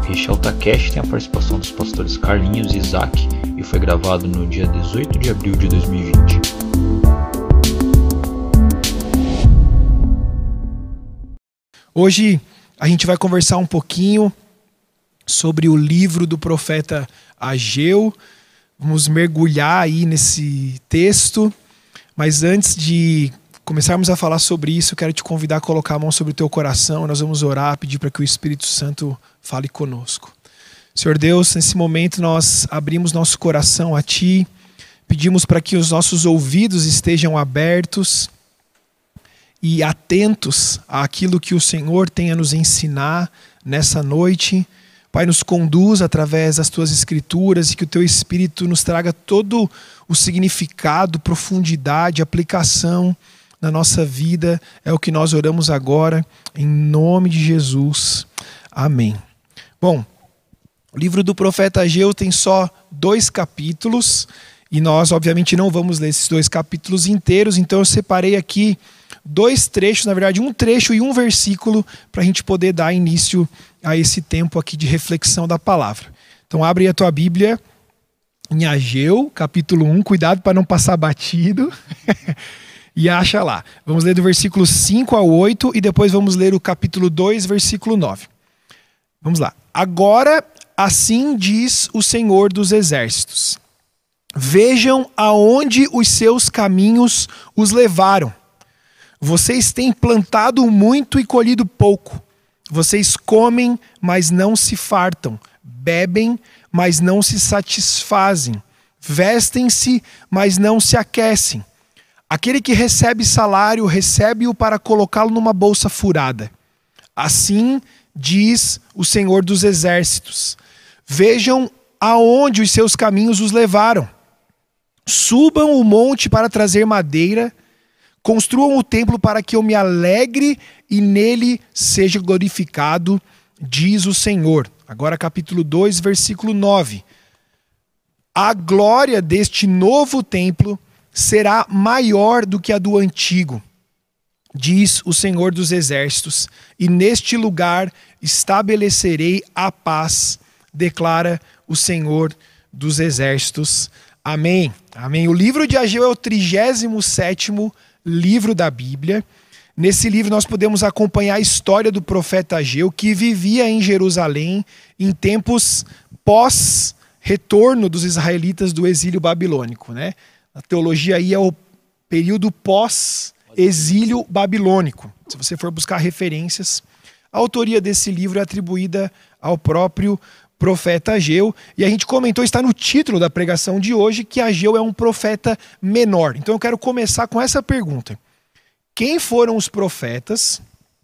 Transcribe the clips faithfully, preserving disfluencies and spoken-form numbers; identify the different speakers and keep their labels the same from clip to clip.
Speaker 1: Este AltaCast tem a participação dos pastores Carlinhos e Isaac e foi gravado no dia dezoito de abril de dois mil e vinte.
Speaker 2: Hoje a gente vai conversar um pouquinho sobre o livro do profeta Ageu. Vamos mergulhar aí nesse texto, mas antes de começarmos a falar sobre isso, eu quero te convidar a colocar a mão sobre o teu coração. Nós vamos orar, pedir para que o Espírito Santo fale conosco. Senhor Deus, nesse momento nós abrimos nosso coração a Ti, pedimos para que os nossos ouvidos estejam abertos e atentos àquilo que o Senhor tem a nos ensinar nessa noite. Pai, nos conduz através das Tuas Escrituras e que o Teu Espírito nos traga todo o significado, profundidade, aplicação na nossa vida. É o que nós oramos agora, em nome de Jesus. Amém. Bom, o livro do profeta Ageu tem só dois capítulos e nós, obviamente, não vamos ler esses dois capítulos inteiros, então eu separei aqui dois trechos, na verdade um trecho e um versículo para a gente poder dar início a esse tempo aqui de reflexão da palavra. Então abre a tua Bíblia em Ageu, capítulo um, cuidado para não passar batido, e acha lá. Vamos ler do versículo cinco ao oito e depois vamos ler o capítulo dois, versículo nove. Vamos lá. Agora, assim diz o Senhor dos Exércitos: vejam aonde os seus caminhos os levaram. Vocês têm plantado muito e colhido pouco. Vocês comem, mas não se fartam. Bebem, mas não se satisfazem. Vestem-se, mas não se aquecem. Aquele que recebe salário, recebe-o para colocá-lo numa bolsa furada. Assim diz o Senhor dos Exércitos: vejam aonde os seus caminhos os levaram. Subam o monte para trazer madeira. Construam o templo para que eu me alegre e nele seja glorificado, diz o Senhor. Agora capítulo dois, versículo nove. A glória deste novo templo será maior do que a do antigo, diz o Senhor dos Exércitos, e neste lugar estabelecerei a paz, declara o Senhor dos Exércitos. Amém. Amém. O livro de Ageu é o trigésimo sétimo livro da Bíblia. Nesse livro nós podemos acompanhar a história do profeta Ageu, que vivia em Jerusalém em tempos pós-retorno dos israelitas do exílio babilônico, né? A teologia aí é o período pós-exílio babilônico. Se você for buscar referências, a autoria desse livro é atribuída ao próprio profeta Ageu, e a gente comentou, está no título da pregação de hoje, que Ageu é um profeta menor. Então eu quero começar com essa pergunta: quem foram os profetas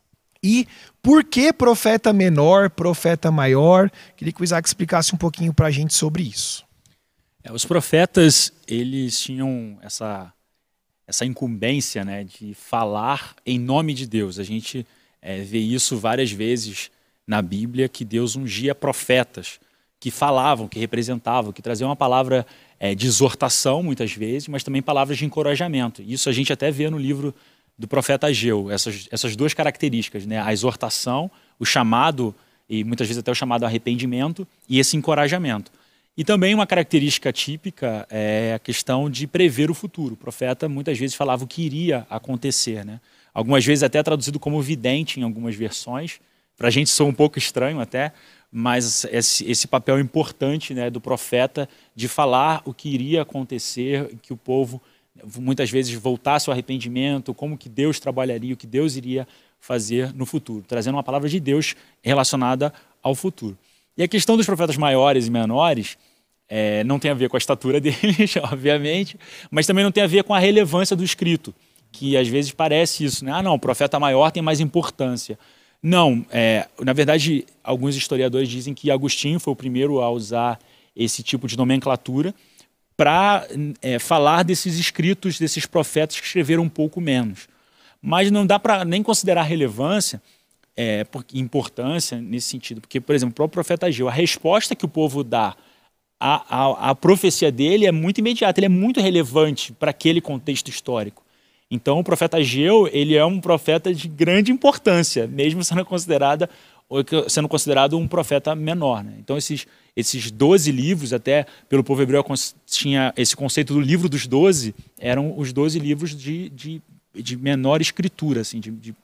Speaker 2: e por que profeta menor, profeta maior? Queria que o Isaac explicasse um pouquinho para a gente sobre isso.
Speaker 3: É, os profetas, eles tinham essa, essa incumbência, né, de falar em nome de Deus. A gente é, vê isso várias vezes na Bíblia, que Deus ungia profetas que falavam, que representavam, que traziam uma palavra é, de exortação muitas vezes, mas também palavras de encorajamento. Isso a gente até vê no livro do profeta Ageu, essas, essas duas características, né? A exortação, o chamado, e muitas vezes até o chamado arrependimento, e esse encorajamento. E também uma característica típica é a questão de prever o futuro. O profeta muitas vezes falava o que iria acontecer, né? Algumas vezes até traduzido como vidente em algumas versões. Para a gente soa um pouco estranho até, mas esse, esse papel importante, né, do profeta de falar o que iria acontecer, que o povo muitas vezes voltasse ao arrependimento, como que Deus trabalharia, o que Deus iria fazer no futuro, trazendo uma palavra de Deus relacionada ao futuro. E a questão dos profetas maiores e menores é, não tem a ver com a estatura deles, obviamente, mas também não tem a ver com a relevância do escrito, que às vezes parece isso, né? Ah, não, o profeta maior tem mais importância. Não, é, na verdade, alguns historiadores dizem que Agostinho foi o primeiro a usar esse tipo de nomenclatura para é, falar desses escritos, desses profetas que escreveram um pouco menos. Mas não dá para nem considerar relevância, é, importância nesse sentido, porque, por exemplo, para o profeta Ageu, a resposta que o povo dá à, à, à profecia dele é muito imediata, ele é muito relevante para aquele contexto histórico. Então, o profeta Ageu, ele é um profeta de grande importância, mesmo sendo considerada sendo considerado um profeta menor, né? Então esses, esses doze livros, até pelo povo hebreu tinha esse conceito do livro dos doze, eram os doze livros de, de, de menor escritura, assim, de, de,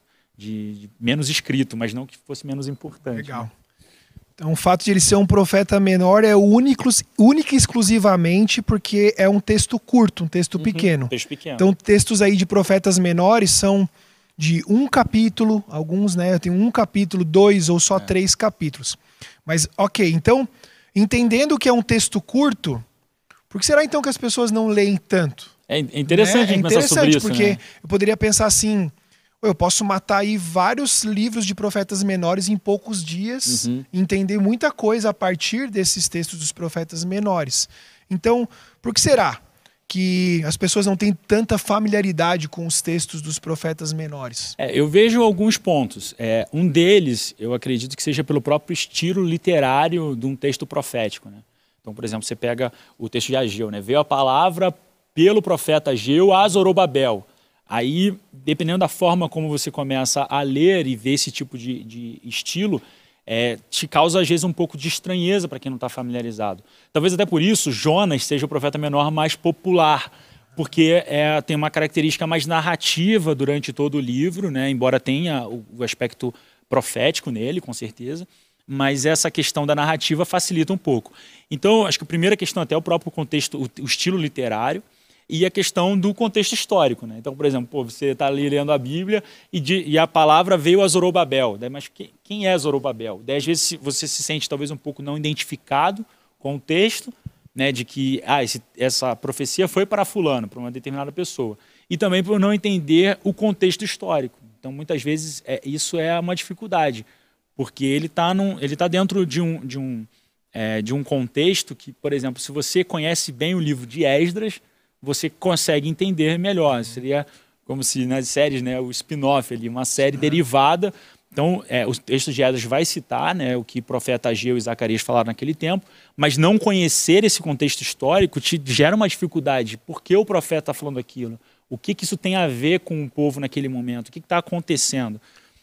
Speaker 3: de menos escrito, mas não que fosse menos importante.
Speaker 2: Legal.
Speaker 3: Né?
Speaker 2: Então o fato de ele ser um profeta menor é único, único e exclusivamente porque é um texto curto, um texto
Speaker 3: uhum,
Speaker 2: pequeno.
Speaker 3: Texto pequeno.
Speaker 2: Então textos aí de profetas menores são de um capítulo, alguns, né? Tem um capítulo, dois ou só é. três capítulos. Mas, ok, então, entendendo que é um texto curto, por que será então que as pessoas não leem tanto?
Speaker 3: É interessante, né?
Speaker 2: É
Speaker 3: pensar sobre isso,
Speaker 2: porque
Speaker 3: né?
Speaker 2: eu poderia pensar assim, eu posso matar aí vários livros de profetas menores em poucos dias,
Speaker 3: uhum.
Speaker 2: entender muita coisa a partir desses textos dos profetas menores. Então, por que será que as pessoas não têm tanta familiaridade com os textos dos profetas menores?
Speaker 3: É, eu vejo alguns pontos. É, um deles, eu acredito que seja pelo próprio estilo literário de um texto profético, né? Então, por exemplo, você pega o texto de Ageu, né? Veio a palavra pelo profeta Ageu a Zorobabel. Aí, dependendo da forma como você começa a ler e ver esse tipo de, de estilo, É, te causa, às vezes, um pouco de estranheza para quem não está familiarizado. Talvez até por isso Jonas seja o profeta menor mais popular, porque é, tem uma característica mais narrativa durante todo o livro, né? Embora tenha o, o aspecto profético nele, com certeza, mas essa questão da narrativa facilita um pouco. Então, acho que a primeira questão até é o próprio contexto, o, o estilo literário, e a questão do contexto histórico, né? Então, por exemplo, pô, você está ali lendo a Bíblia e, de, e a palavra veio a Zorobabel. Daí, mas quem, quem é Zorobabel? Daí, às vezes você se sente talvez um pouco não identificado com o texto, né, de que ah, esse, essa profecia foi para fulano, para uma determinada pessoa. E também por não entender o contexto histórico. Então, muitas vezes, é, isso é uma dificuldade, porque ele está ele tá dentro de um, de, um, é, de um contexto que, por exemplo, se você conhece bem o livro de Esdras, você consegue entender melhor. Seria como se nas séries, né, o spin-off ali, uma série uhum. derivada. Então, é, o texto de Esdras vai citar, né, o que o profeta Ageu e Zacarias falaram naquele tempo, mas não conhecer esse contexto histórico te gera uma dificuldade. Por que o profeta está falando aquilo? O que, que isso tem a ver com o povo naquele momento? O que está acontecendo?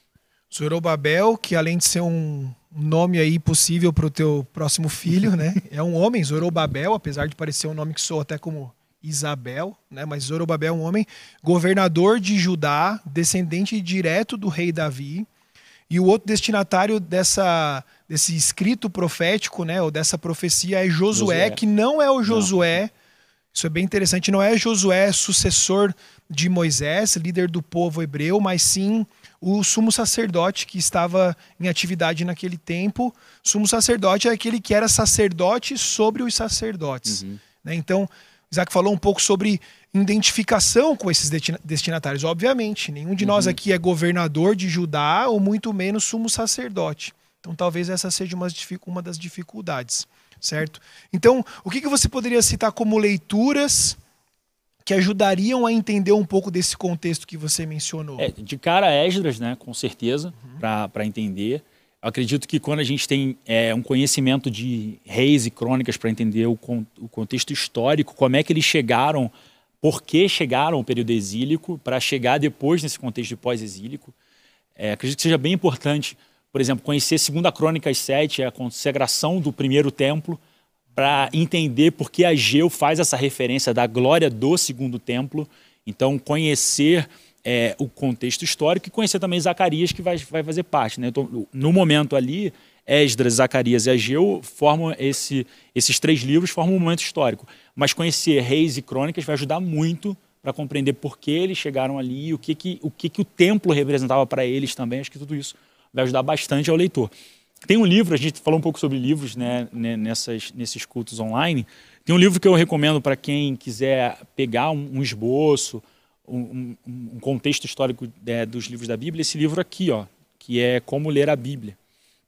Speaker 2: Zorobabel, que além de ser um nome aí possível para o teu próximo filho, né, é um homem, Zorobabel, apesar de parecer um nome que soa até como Isabel, né? Mas Zorobabel é um homem, governador de Judá, descendente direto do rei Davi. E o outro destinatário dessa, desse escrito profético, né, ou dessa profecia é Josué, Josué. que não é o Josué, não. Isso é bem interessante, não é Josué sucessor de Moisés, líder do povo hebreu, mas sim o sumo sacerdote que estava em atividade naquele tempo. Sumo sacerdote é aquele que era sacerdote sobre os sacerdotes. Uhum. Né? Então, Isaac falou um pouco sobre identificação com esses destinatários. Obviamente, nenhum de uhum. nós aqui é governador de Judá ou muito menos sumo sacerdote. Então talvez essa seja uma, uma das dificuldades, certo? Então, o que, que você poderia citar como leituras que ajudariam a entender um pouco desse contexto que você mencionou?
Speaker 3: É, de cara, Esdras, né, com certeza, uhum. para entender. Eu acredito que quando a gente tem é, um conhecimento de reis e crônicas para entender o, con o contexto histórico, como é que eles chegaram, por que chegaram ao período exílico, para chegar depois nesse contexto de pós-exílico, é, acredito que seja bem importante, por exemplo, conhecer segunda Crônicas sete, a consagração do primeiro templo, para entender por que Ageu faz essa referência da glória do segundo templo. Então, conhecer É, o contexto histórico e conhecer também Zacarias, que vai, vai fazer parte. Né? Então, no momento ali, Esdras, Zacarias e Ageu formam esse, esses três livros, formam um momento histórico. Mas conhecer Reis e Crônicas vai ajudar muito para compreender por que eles chegaram ali, o que, que, o, que, que o templo representava para eles também. Acho que tudo isso vai ajudar bastante ao leitor. Tem um livro, a gente falou um pouco sobre livros, né, nessas, nesses cultos online. Tem um livro que eu recomendo para quem quiser pegar um, um esboço, Um, um, um contexto histórico é, dos livros da Bíblia, esse livro aqui, ó, que é Como Ler a Bíblia.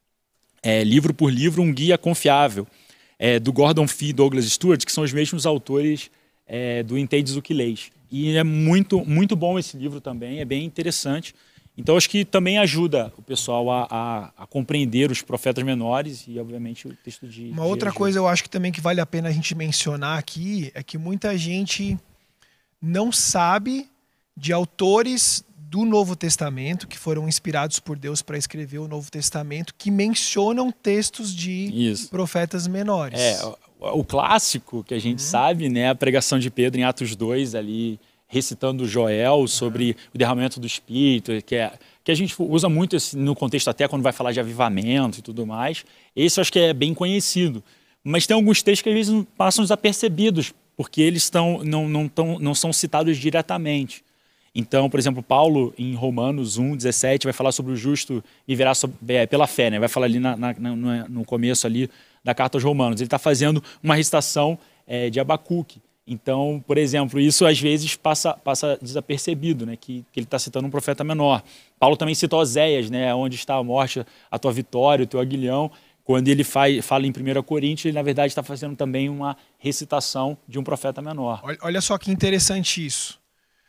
Speaker 3: É, livro por livro, um guia confiável, é, do Gordon Fee e Douglas Stuart, que são os mesmos autores é, do Entendes o que Lês. E é muito, muito bom esse livro também, é bem interessante. Então, acho que também ajuda o pessoal a, a, a compreender os profetas menores e, obviamente, o texto de...
Speaker 2: Uma
Speaker 3: de
Speaker 2: outra
Speaker 3: Ageu.
Speaker 2: coisa eu acho que também que vale a pena a gente mencionar aqui é que muita gente não sabe de autores do Novo Testamento, que foram inspirados por Deus para escrever o Novo Testamento, que mencionam textos de Isso. profetas menores.
Speaker 3: É, o, o clássico que a gente uhum. sabe, né, a pregação de Pedro em Atos dois, ali recitando Joel sobre uhum. o derramamento do Espírito, que, é, que a gente usa muito esse, no contexto até quando vai falar de avivamento e tudo mais. Esse eu acho que é bem conhecido. Mas tem alguns textos que às vezes passam desapercebidos, porque eles tão, não, não, tão, não são citados diretamente. Então, por exemplo, Paulo, em Romanos um, dezessete, vai falar sobre o justo viverá sobre, é, pela fé, né? Vai falar ali na, na, no, no começo ali da carta aos Romanos. Ele está fazendo uma recitação é, de Abacuque. Então, por exemplo, isso às vezes passa, passa desapercebido, né? que, que ele está citando um profeta menor. Paulo também cita Oséias, né? Onde está a morte, a tua vitória, o teu aguilhão. Quando ele faz, fala em primeira Coríntios, ele na verdade está fazendo também uma recitação de um profeta menor.
Speaker 2: Olha, olha só que interessante isso.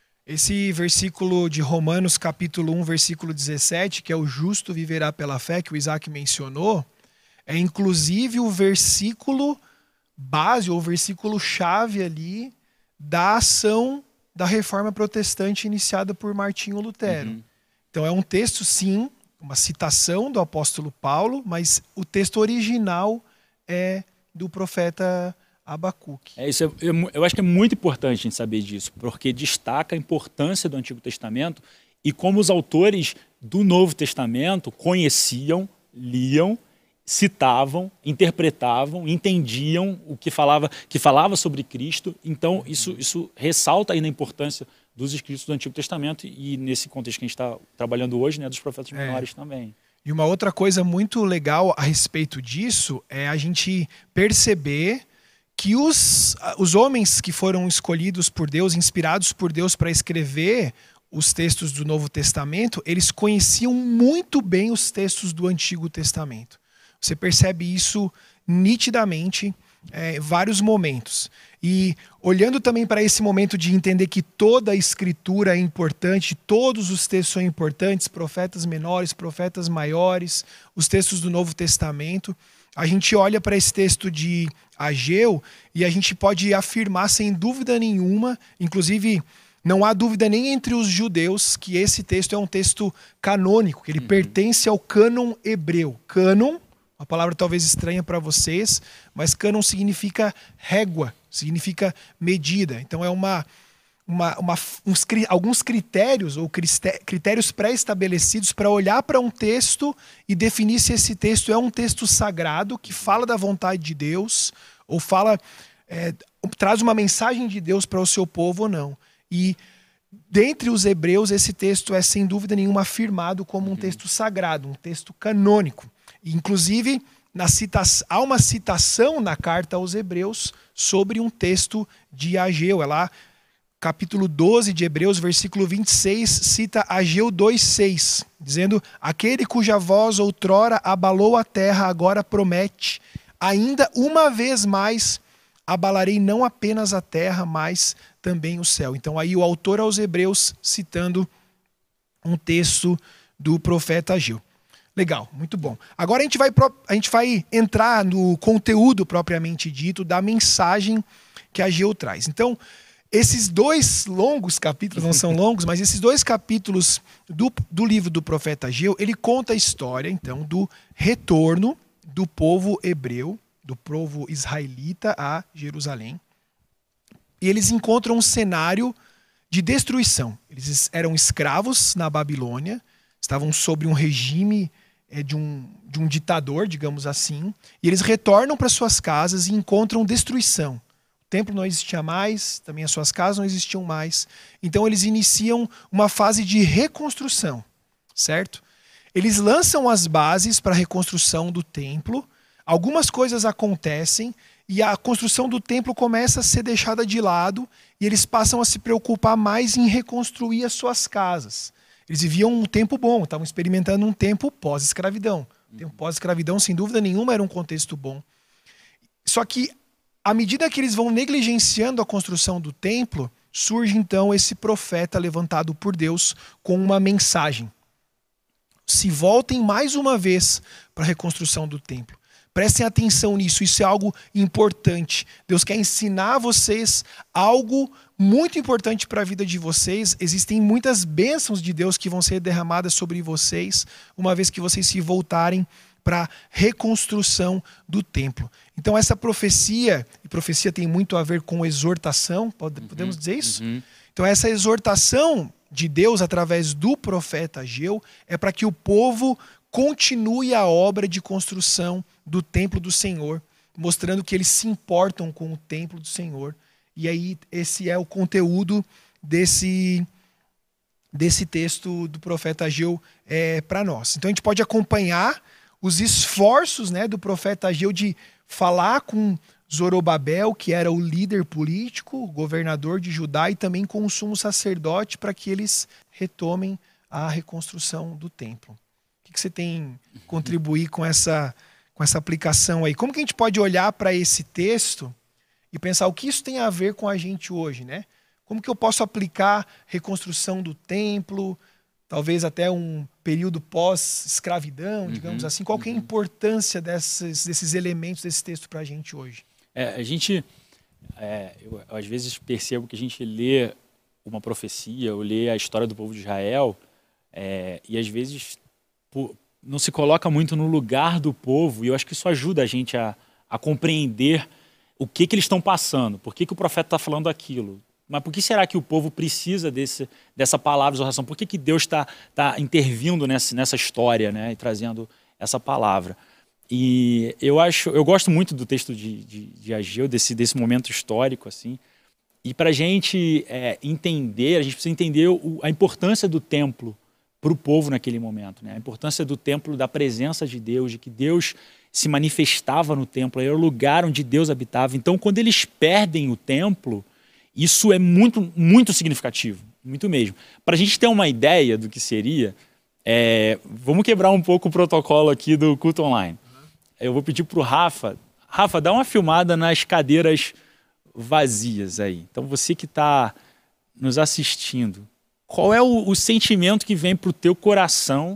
Speaker 2: Esse versículo de Romanos, capítulo um, versículo dezessete, que é o justo viverá pela fé, que o Isaac mencionou, é inclusive o versículo base, ou o versículo chave ali da ação da reforma protestante iniciada por Martinho Lutero. Uhum. Então é um texto, sim, uma citação do apóstolo Paulo, mas o texto original é do profeta Abacuque.
Speaker 3: É, isso é, eu, eu acho que é muito importante a gente saber disso, porque destaca a importância do Antigo Testamento e como os autores do Novo Testamento conheciam, liam, citavam, interpretavam, entendiam o que falava, que falava sobre Cristo. Então, isso, isso ressalta ainda a importância dos escritos do Antigo Testamento e nesse contexto que a gente está trabalhando hoje, né, dos profetas menores é. também.
Speaker 2: E uma outra coisa muito legal a respeito disso é a gente perceber que os, os homens que foram escolhidos por Deus, inspirados por Deus para escrever os textos do Novo Testamento, eles conheciam muito bem os textos do Antigo Testamento. Você percebe isso nitidamente é, em vários momentos. E olhando também para esse momento de entender que toda a escritura é importante, todos os textos são importantes, profetas menores, profetas maiores, os textos do Novo Testamento, a gente olha para esse texto de Ageu e a gente pode afirmar sem dúvida nenhuma, inclusive não há dúvida nem entre os judeus que esse texto é um texto canônico, que ele uhum. pertence ao cânon hebreu. Cânon, uma palavra talvez estranha para vocês, mas cânon significa régua, significa medida. Então é uma, uma, uma, uns, alguns critérios ou critérios pré-estabelecidos para olhar para um texto e definir se esse texto é um texto sagrado que fala da vontade de Deus ou fala, é, traz uma mensagem de Deus para o seu povo ou não. E dentre os hebreus esse texto é sem dúvida nenhuma afirmado como um texto sagrado, um texto canônico. Inclusive, na cita... há uma citação na carta aos Hebreus sobre um texto de Ageu. É lá, capítulo doze de Hebreus, versículo vinte e seis, cita Ageu dois, seis, dizendo: aquele cuja voz outrora abalou a terra, agora promete, ainda uma vez mais abalarei não apenas a terra, mas também o céu. Então aí o autor aos Hebreus citando um texto do profeta Ageu. Legal, muito bom. Agora a gente vai, a gente vai entrar no conteúdo propriamente dito da mensagem que Ageu traz. Então, esses dois longos capítulos, não são longos, mas esses dois capítulos do, do livro do profeta Ageu, ele conta a história, então, do retorno do povo hebreu, do povo israelita a Jerusalém. E eles encontram um cenário de destruição. Eles eram escravos na Babilônia, estavam sob um regime é, de, um, de um ditador, digamos assim, e eles retornam para suas casas e encontram destruição. O templo não existia mais, também as suas casas não existiam mais. Então eles iniciam uma fase de reconstrução, certo? Eles lançam as bases para a reconstrução do templo, algumas coisas acontecem e a construção do templo começa a ser deixada de lado e eles passam a se preocupar mais em reconstruir as suas casas. Eles viviam um tempo bom, estavam experimentando um tempo pós-escravidão. O tempo pós-escravidão, sem dúvida nenhuma, era um contexto bom. Só que, à medida que eles vão negligenciando a construção do templo, surge então esse profeta levantado por Deus com uma mensagem. Se voltem mais uma vez para a reconstrução do templo. Prestem atenção nisso, isso é algo importante. Deus quer ensinar vocês algo muito importante para a vida de vocês. Existem muitas bênçãos de Deus que vão ser derramadas sobre vocês, uma vez que vocês se voltarem para a reconstrução do templo. Então essa profecia, e profecia tem muito a ver com exortação, podemos dizer isso?
Speaker 3: Uhum.
Speaker 2: Então essa exortação de Deus através do profeta Ageu é para que o povo continue a obra de construção do templo do Senhor, mostrando que eles se importam com o templo do Senhor. E aí esse é o conteúdo desse, desse texto do profeta Ageu é, para nós. Então a gente pode acompanhar os esforços, né, do profeta Ageu de falar com Zorobabel, que era o líder político, o governador de Judá, e também com o sumo sacerdote, para que eles retomem a reconstrução do templo. O que você tem a contribuir com essa, com essa aplicação aí? Como que a gente pode olhar para esse texto e pensar o que isso tem a ver com a gente hoje, né? Como que eu posso aplicar reconstrução do templo, talvez até um período pós-escravidão, uhum, digamos assim? Qual que é a importância desses, desses elementos desse texto para a gente hoje?
Speaker 3: É, a gente, é, eu, às vezes percebo que a gente lê uma profecia, ou lê a história do povo de Israel, é, e às vezes pô, não se coloca muito no lugar do povo, e eu acho que isso ajuda a gente a, a compreender o que, que eles estão passando, por que, que o profeta está falando aquilo. Mas por que será que o povo precisa desse, dessa palavra de oração? Por que, que Deus está tá intervindo nessa, nessa história, né, e trazendo essa palavra? E eu acho, eu gosto muito do texto de, de, de Ageu, desse, desse momento histórico, assim. E para a gente é, entender, a gente precisa entender o, a importância do templo para o povo naquele momento, né? A importância do templo, da presença de Deus, de que Deus se manifestava no templo, era o lugar onde Deus habitava. Então, quando eles perdem o templo, isso é muito, muito significativo, muito mesmo. Para a gente ter uma ideia do que seria, é, vamos quebrar um pouco o protocolo aqui do culto online. Eu vou pedir para o Rafa, Rafa, dá uma filmada nas cadeiras vazias aí. Então você que está nos assistindo, qual é o, o sentimento que vem para o teu coração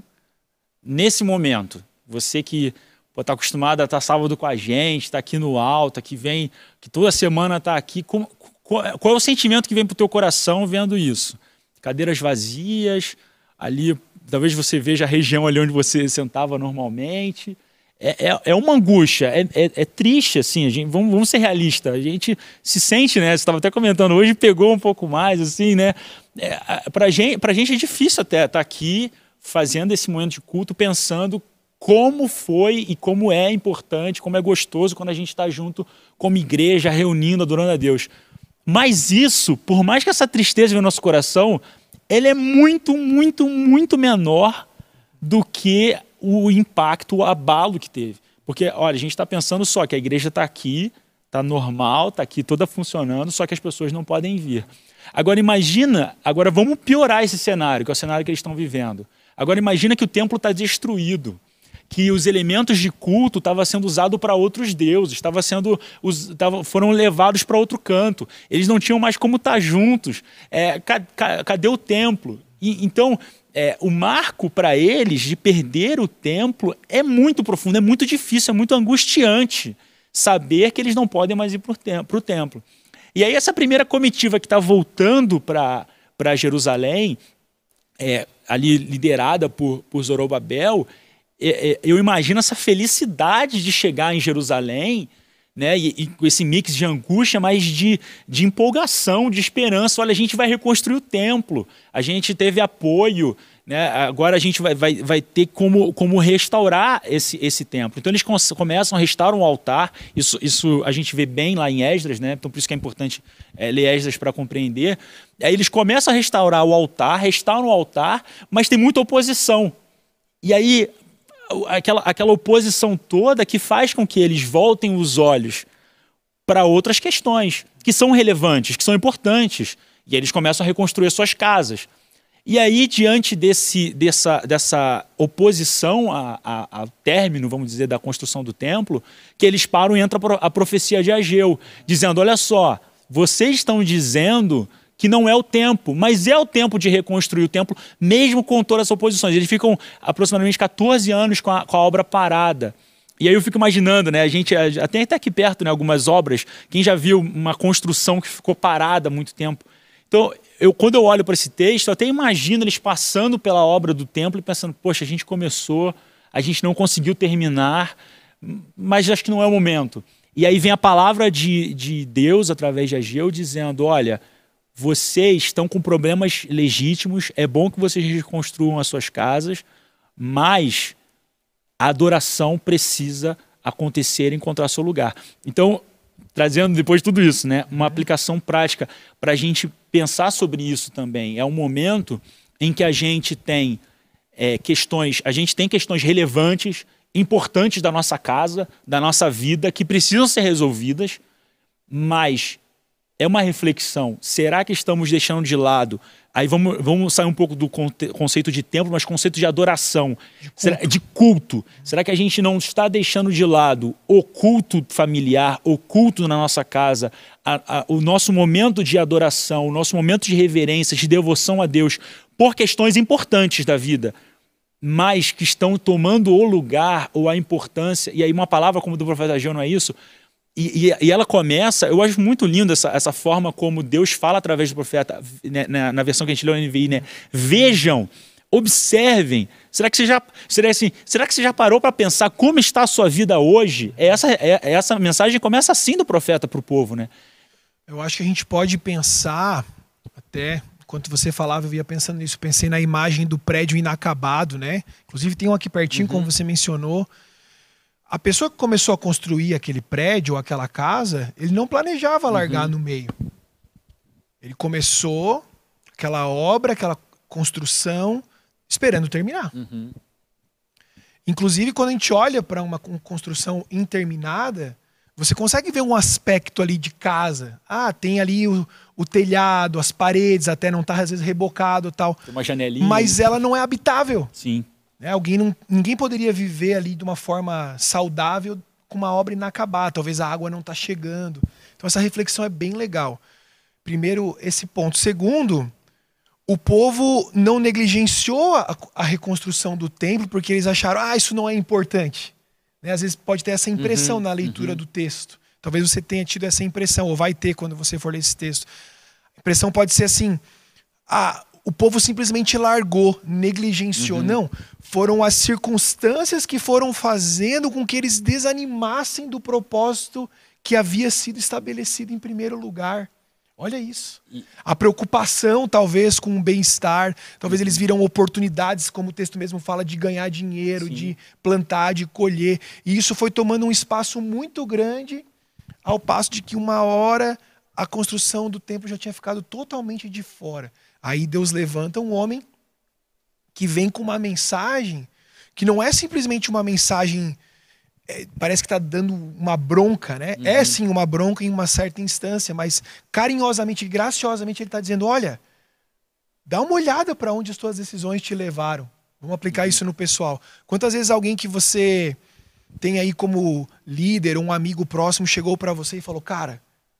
Speaker 3: nesse momento? Você que está acostumado a estar sábado com a gente, está aqui no alto, que vem, que toda semana está aqui, como, qual, qual é o sentimento que vem para o teu coração vendo isso? Cadeiras vazias, ali talvez você veja a região ali onde você sentava normalmente. É, é, é uma angústia, é, é, é triste, assim, a gente, vamos, vamos ser realistas, a gente se sente, né, você estava até comentando, hoje pegou um pouco mais, assim, né, é, pra, gente, pra gente é difícil até estar aqui fazendo esse momento de culto, pensando como foi e como é importante, como é gostoso quando a gente está junto como igreja, reunindo, adorando a Deus. Mas isso, por mais que essa tristeza venha no nosso coração, ela é muito, muito, muito menor do que o impacto, o abalo que teve. Porque, olha, a gente está pensando só que a igreja está aqui, está normal, está aqui toda funcionando, só que as pessoas não podem vir. Agora imagina, agora vamos piorar esse cenário, que é o cenário que eles estão vivendo. Agora imagina que o templo está destruído, que os elementos de culto estavam sendo usados para outros deuses, estavam sendo, estavam, foram levados para outro canto. Eles não tinham mais como estar juntos. É, cadê o templo? E, então, é, o marco para eles de perder o templo é muito profundo, é muito difícil, é muito angustiante saber que eles não podem mais ir para o templo. E aí essa primeira comitiva que está voltando para Jerusalém, é, ali liderada por, por Zorobabel, eu imagino essa felicidade de chegar em Jerusalém, né, e, e com esse mix de angústia, mas de, de empolgação, de esperança. Olha, a gente vai reconstruir o templo, a gente teve apoio, né, agora a gente vai, vai, vai ter como, como restaurar esse, esse templo. Então eles começam a restaurar um altar, isso, isso a gente vê bem lá em Esdras, né, então por isso que é importante é, ler Esdras para compreender. Aí eles começam a restaurar o altar, restauram o altar, mas tem muita oposição. E aí Aquela, aquela oposição toda que faz com que eles voltem os olhos para outras questões que são relevantes, que são importantes. E aí eles começam a reconstruir suas casas. E aí, diante desse, dessa, dessa oposição ao término, vamos dizer, da construção do templo, que eles param e entra a profecia de Ageu, dizendo, olha só, vocês estão dizendo que não é o tempo, mas é o tempo de reconstruir o templo, mesmo com todas as oposições. Eles ficam aproximadamente quatorze anos com a, com a obra parada. E aí eu fico imaginando, né? A gente até até aqui perto, né? Algumas obras. Quem já viu uma construção que ficou parada há muito tempo? Então, eu, quando eu olho para esse texto, eu até imagino eles passando pela obra do templo e pensando, poxa, a gente começou, a gente não conseguiu terminar, mas acho que não é o momento. E aí vem a palavra de, de Deus através de Ageu dizendo, olha, vocês estão com problemas legítimos, é bom que vocês reconstruam as suas casas, mas a adoração precisa acontecer e encontrar seu lugar. Então, trazendo depois de tudo isso, né, uma aplicação prática para a gente pensar sobre isso também. É um momento em que a gente tem é, questões, a gente tem questões relevantes, importantes da nossa casa, da nossa vida, que precisam ser resolvidas, mas é uma reflexão. Será que estamos deixando de lado? Aí vamos, vamos sair um pouco do conceito de templo, mas conceito de adoração, de culto. Será, de culto. Será que a gente não está deixando de lado o culto familiar, o culto na nossa casa, a, a, o nosso momento de adoração, o nosso momento de reverência, de devoção a Deus, por questões importantes da vida, mas que estão tomando o lugar ou a importância, e aí uma palavra como do profeta Ageu não é isso? E, e, e ela começa, eu acho muito lindo essa, essa forma como Deus fala através do profeta, né, na, na versão que a gente leu no N V I, né? Vejam, observem. Será que você já, será assim, será que você já parou para pensar como está a sua vida hoje? É essa, é, essa mensagem começa assim do profeta para o povo, né?
Speaker 2: Eu acho que a gente pode pensar, até enquanto você falava, eu ia pensando nisso, pensei na imagem do prédio inacabado, né? Inclusive tem um aqui pertinho, uhum. como você mencionou. A pessoa que começou a construir aquele prédio ou aquela casa, ele não planejava largar uhum. no meio. Ele começou aquela obra, aquela construção, esperando terminar. Uhum. Inclusive, quando a gente olha para uma construção interminada, você consegue ver um aspecto ali de casa. Ah, tem ali o, o telhado, as paredes, até não está às vezes rebocado e tal.
Speaker 3: Tem uma janelinha.
Speaker 2: Mas ela não é habitável.
Speaker 3: Sim.
Speaker 2: É, alguém não, ninguém poderia viver ali de uma forma saudável com uma obra inacabada. Talvez a água não está chegando. Então essa reflexão é bem legal. Primeiro, esse ponto. Segundo, o povo não negligenciou a, a reconstrução do templo porque eles acharam, ah, isso não é importante. Né? Às vezes pode ter essa impressão uhum, na leitura uhum. do texto. Talvez você tenha tido essa impressão, ou vai ter quando você for ler esse texto. A impressão pode ser assim, ah, o povo simplesmente largou, negligenciou. Uhum. Não, foram as circunstâncias que foram fazendo com que eles desanimassem do propósito que havia sido estabelecido em primeiro lugar. Olha isso. A preocupação, talvez, com o bem-estar. Talvez eles viram oportunidades, como o texto mesmo fala, de ganhar dinheiro, Sim. de plantar, de colher. E isso foi tomando um espaço muito grande, ao passo de que uma hora a construção do templo já tinha ficado totalmente de fora. Aí Deus levanta um homem que vem com uma mensagem que não é simplesmente uma mensagem, é, parece que está dando uma bronca, né? Uhum. É sim uma bronca em uma certa instância, mas carinhosamente, graciosamente ele está dizendo, olha, dá uma olhada para onde as tuas decisões te levaram. Vamos aplicar uhum. isso no pessoal. Quantas vezes alguém que você tem aí como líder, um amigo próximo, chegou para você e falou, cara,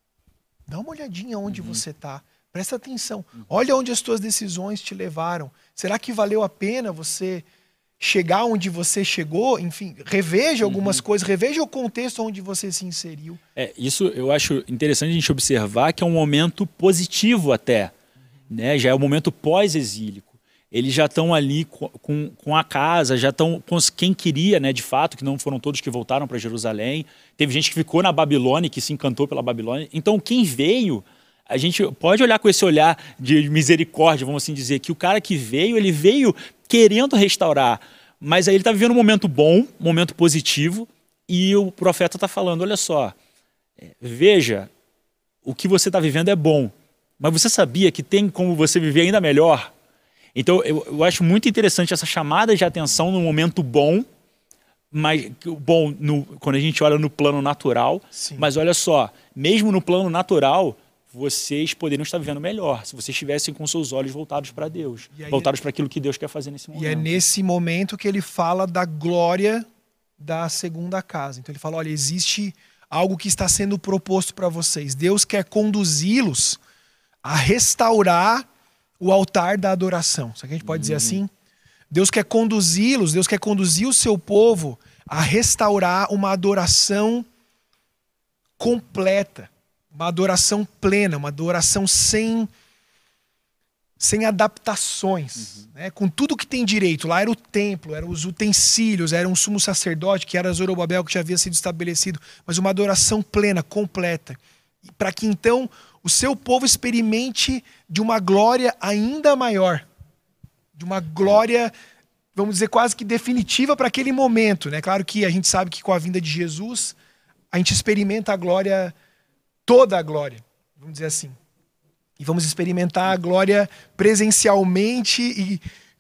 Speaker 2: dá uma olhadinha onde uhum. você está. Presta atenção. Olha onde as tuas decisões te levaram. Será que valeu a pena você chegar onde você chegou? Enfim, reveja algumas uhum. coisas, reveja o contexto onde você se inseriu.
Speaker 3: É, isso eu acho interessante a gente observar que é um momento positivo até. Uhum. Né? Já é o momento pós-exílico. Eles já estão ali com, com a casa, já estão com quem queria, né, de fato, que não foram todos que voltaram para Jerusalém. Teve gente que ficou na Babilônia, que se encantou pela Babilônia. Então, quem veio... A gente pode olhar com esse olhar de misericórdia, vamos assim dizer, que o cara que veio, ele veio querendo restaurar, mas aí ele está vivendo um momento bom, um momento positivo, e o profeta está falando, olha só, veja, o que você está vivendo é bom, mas você sabia que tem como você viver ainda melhor? Então eu, eu acho muito interessante essa chamada de atenção no momento bom, mas bom no, quando a gente olha no plano natural, Sim. mas olha só, mesmo no plano natural, vocês poderiam estar vivendo melhor se vocês estivessem com seus olhos voltados para Deus, voltados para aquilo que Deus quer fazer nesse momento.
Speaker 2: E é nesse momento que ele fala da glória da segunda casa. Então ele fala, olha, existe algo que está sendo proposto para vocês. Deus quer conduzi-los a restaurar o altar da adoração. Isso aqui a gente pode uhum. dizer assim? Deus quer conduzi-los, Deus quer conduzir o seu povo a restaurar uma adoração completa, uma adoração plena, uma adoração sem, sem adaptações, uhum. né? Com tudo que tem direito. Lá era o templo, eram os utensílios, era um sumo sacerdote, que era Zorobabel, que já havia sido estabelecido, mas uma adoração plena, completa, para que então o seu povo experimente de uma glória ainda maior, de uma glória, vamos dizer, quase que definitiva para aquele momento, né? Claro que a gente sabe que com a vinda de Jesus, a gente experimenta a glória, toda a glória, vamos dizer assim. E vamos experimentar a glória presencialmente e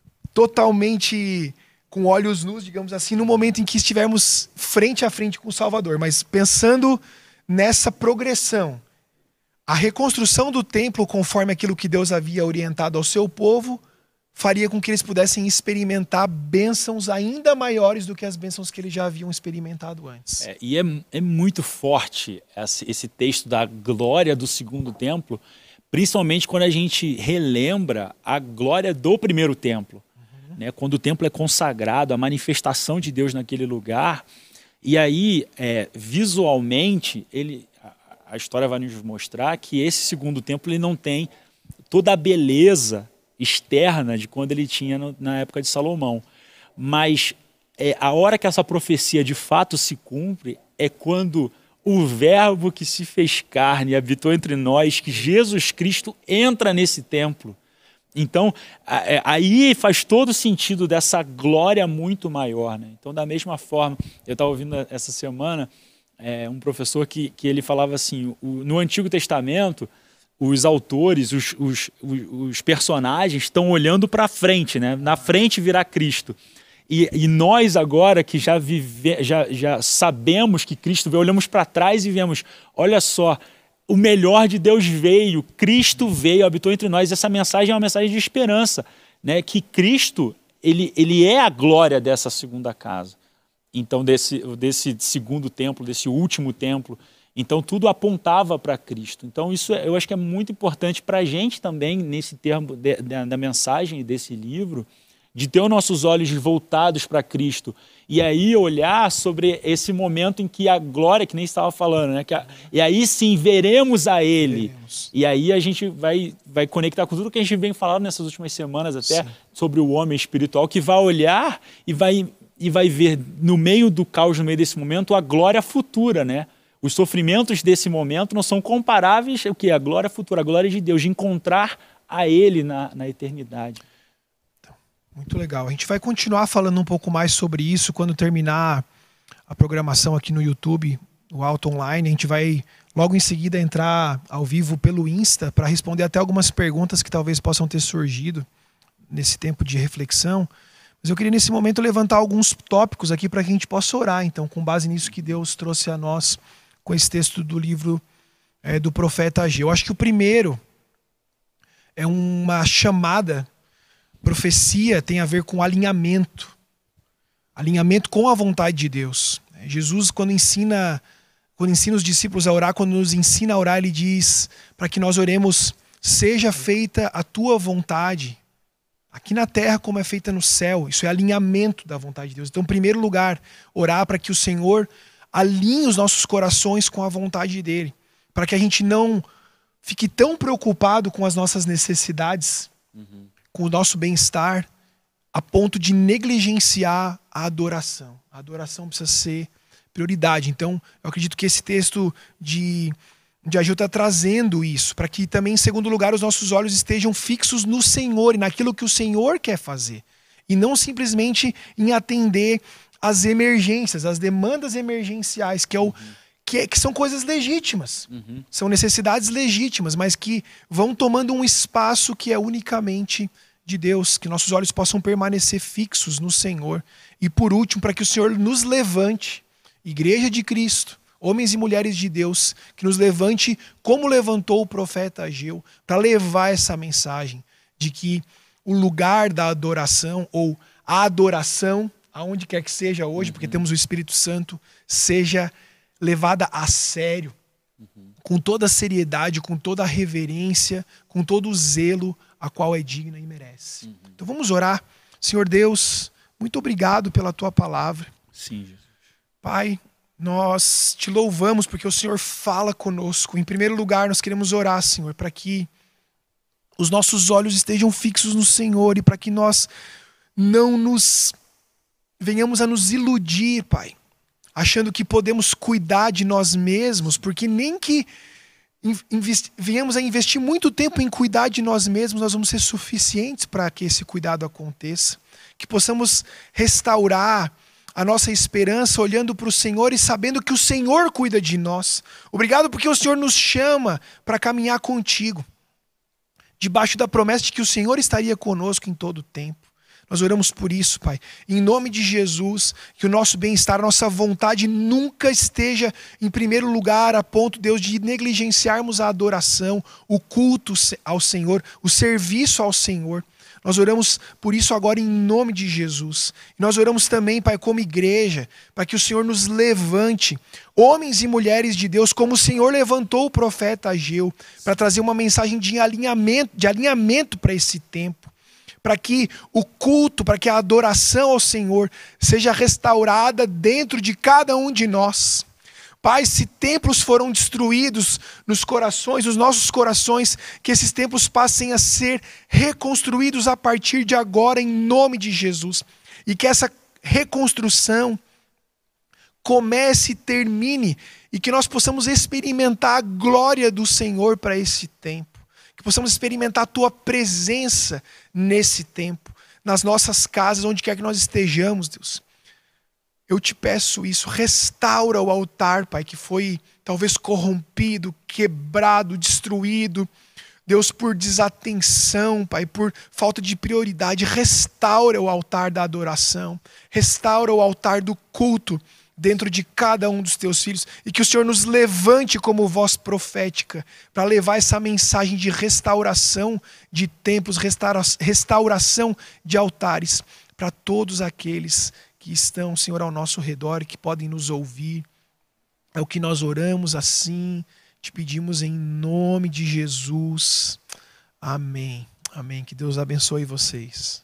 Speaker 2: totalmente com olhos nus, digamos assim, no momento em que estivermos frente a frente com o Salvador. Mas pensando nessa progressão, a reconstrução do templo, conforme aquilo que Deus havia orientado ao seu povo, faria com que eles pudessem experimentar bênçãos ainda maiores do que as bênçãos que eles já haviam experimentado antes.
Speaker 3: É, e é, é muito forte esse, esse texto da glória do segundo templo, principalmente quando a gente relembra a glória do primeiro templo. Uhum. Né? Quando o templo é consagrado, a manifestação de Deus naquele lugar. E aí, é, visualmente, ele, a, a história vai nos mostrar que esse segundo templo ele não tem toda a beleza externa de quando ele tinha no, na época de Salomão. Mas é, a hora que essa profecia de fato se cumpre é quando o verbo que se fez carne e habitou entre nós, que Jesus Cristo entra nesse templo. Então, aí faz todo sentido dessa glória muito maior, né? Então, da mesma forma, eu estava ouvindo essa semana é, um professor que, que ele falava assim, o, no Antigo Testamento, os autores, os, os, os personagens estão olhando para frente, né? Na frente virá Cristo. E, e nós agora que já, vive, já, já sabemos que Cristo veio, olhamos para trás e vemos, olha só, o melhor de Deus veio, Cristo veio, habitou entre nós. Essa mensagem é uma mensagem de esperança, né? Que Cristo, ele, ele é a glória dessa segunda casa. Então, desse, desse segundo templo, desse último templo. Então, tudo apontava para Cristo. Então, isso eu acho que é muito importante para a gente também, nesse termo de, de, da mensagem desse livro, de ter os nossos olhos voltados para Cristo. E aí olhar sobre esse momento em que a glória, que nem estava falando, né? Que a, e aí sim, veremos a Ele. Veremos. E aí a gente vai, vai conectar com tudo que a gente vem falando nessas últimas semanas até, sim, sobre o homem espiritual, que vai olhar e vai, e vai ver no meio do caos, no meio desse momento, a glória futura, né? Os sofrimentos desse momento não são comparáveis ao que? A glória futura, a glória de Deus, de encontrar a Ele na, na eternidade.
Speaker 2: Muito legal. A gente vai continuar falando um pouco mais sobre isso quando terminar a programação aqui no YouTube, o Alto Online. A gente vai logo em seguida entrar ao vivo pelo Insta para responder até algumas perguntas que talvez possam ter surgido nesse tempo de reflexão. Mas eu queria nesse momento levantar alguns tópicos aqui para que a gente possa orar, então, com base nisso que Deus trouxe a nós com esse texto do livro é, do profeta Ageu. Eu acho que o primeiro é uma chamada. Profecia tem a ver com alinhamento. Alinhamento com a vontade de Deus. Jesus, quando ensina, quando ensina os discípulos a orar, quando nos ensina a orar, ele diz para que nós oremos, seja feita a tua vontade, aqui na terra como é feita no céu. Isso é alinhamento da vontade de Deus. Então, em primeiro lugar, orar para que o Senhor alinhe os nossos corações com a vontade dele. Para que a gente não fique tão preocupado com as nossas necessidades, uhum, com o nosso bem-estar, a ponto de negligenciar a adoração. A adoração precisa ser prioridade. Então, eu acredito que esse texto de, de Ageu está trazendo isso, para que também, em segundo lugar, os nossos olhos estejam fixos no Senhor e naquilo que o Senhor quer fazer. E não simplesmente em atender às emergências, às demandas emergenciais, que é o... Uhum. Que, que são coisas legítimas, uhum, são necessidades legítimas, mas que vão tomando um espaço que é unicamente de Deus, que nossos olhos possam permanecer fixos no Senhor. E por último, para que o Senhor nos levante, Igreja de Cristo, homens e mulheres de Deus, que nos levante como levantou o profeta Ageu, para levar essa mensagem de que o lugar da adoração, ou a adoração, aonde quer que seja hoje, uhum, porque temos o Espírito Santo, seja levada a sério, uhum, com toda a seriedade, com toda a reverência, com todo o zelo a qual é digna e merece. Uhum. Então vamos orar. Senhor Deus, muito obrigado pela tua palavra.
Speaker 3: Sim, Jesus.
Speaker 2: Pai, nós te louvamos porque o Senhor fala conosco. Em primeiro lugar, nós queremos orar, Senhor, para que os nossos olhos estejam fixos no Senhor e para que nós não nos venhamos a nos iludir, Pai, achando que podemos cuidar de nós mesmos, porque nem que investi- venhamos a investir muito tempo em cuidar de nós mesmos, nós vamos ser suficientes para que esse cuidado aconteça. Que possamos restaurar a nossa esperança olhando para o Senhor e sabendo que o Senhor cuida de nós. Obrigado porque o Senhor nos chama para caminhar contigo, debaixo da promessa de que o Senhor estaria conosco em todo o tempo. Nós oramos por isso, Pai. Em nome de Jesus, que o nosso bem-estar, a nossa vontade nunca esteja em primeiro lugar a ponto, Deus, de negligenciarmos a adoração, o culto ao Senhor, o serviço ao Senhor. Nós oramos por isso agora em nome de Jesus. E nós oramos também, Pai, como igreja, para que o Senhor nos levante, homens e mulheres de Deus, como o Senhor levantou o profeta Ageu, para trazer uma mensagem de alinhamento, de alinhamento para esse tempo. Para que o culto, para que a adoração ao Senhor seja restaurada dentro de cada um de nós. Pai, se templos foram destruídos nos corações, nos nossos corações, que esses templos passem a ser reconstruídos a partir de agora, em nome de Jesus. E que essa reconstrução comece e termine, e que nós possamos experimentar a glória do Senhor para esse tempo. Que possamos experimentar a Tua presença nesse tempo, nas nossas casas, onde quer que nós estejamos, Deus. Eu te peço isso, restaura o altar, Pai, que foi talvez corrompido, quebrado, destruído, Deus, por desatenção, Pai, por falta de prioridade. Restaura o altar da adoração, restaura o altar do culto dentro de cada um dos teus filhos, e que o Senhor nos levante como voz profética para levar essa mensagem de restauração de templos, restaura, restauração de altares para todos aqueles que estão, Senhor, ao nosso redor e que podem nos ouvir. É o que nós oramos assim, te pedimos em nome de Jesus. Amém. Amém. Que Deus abençoe vocês.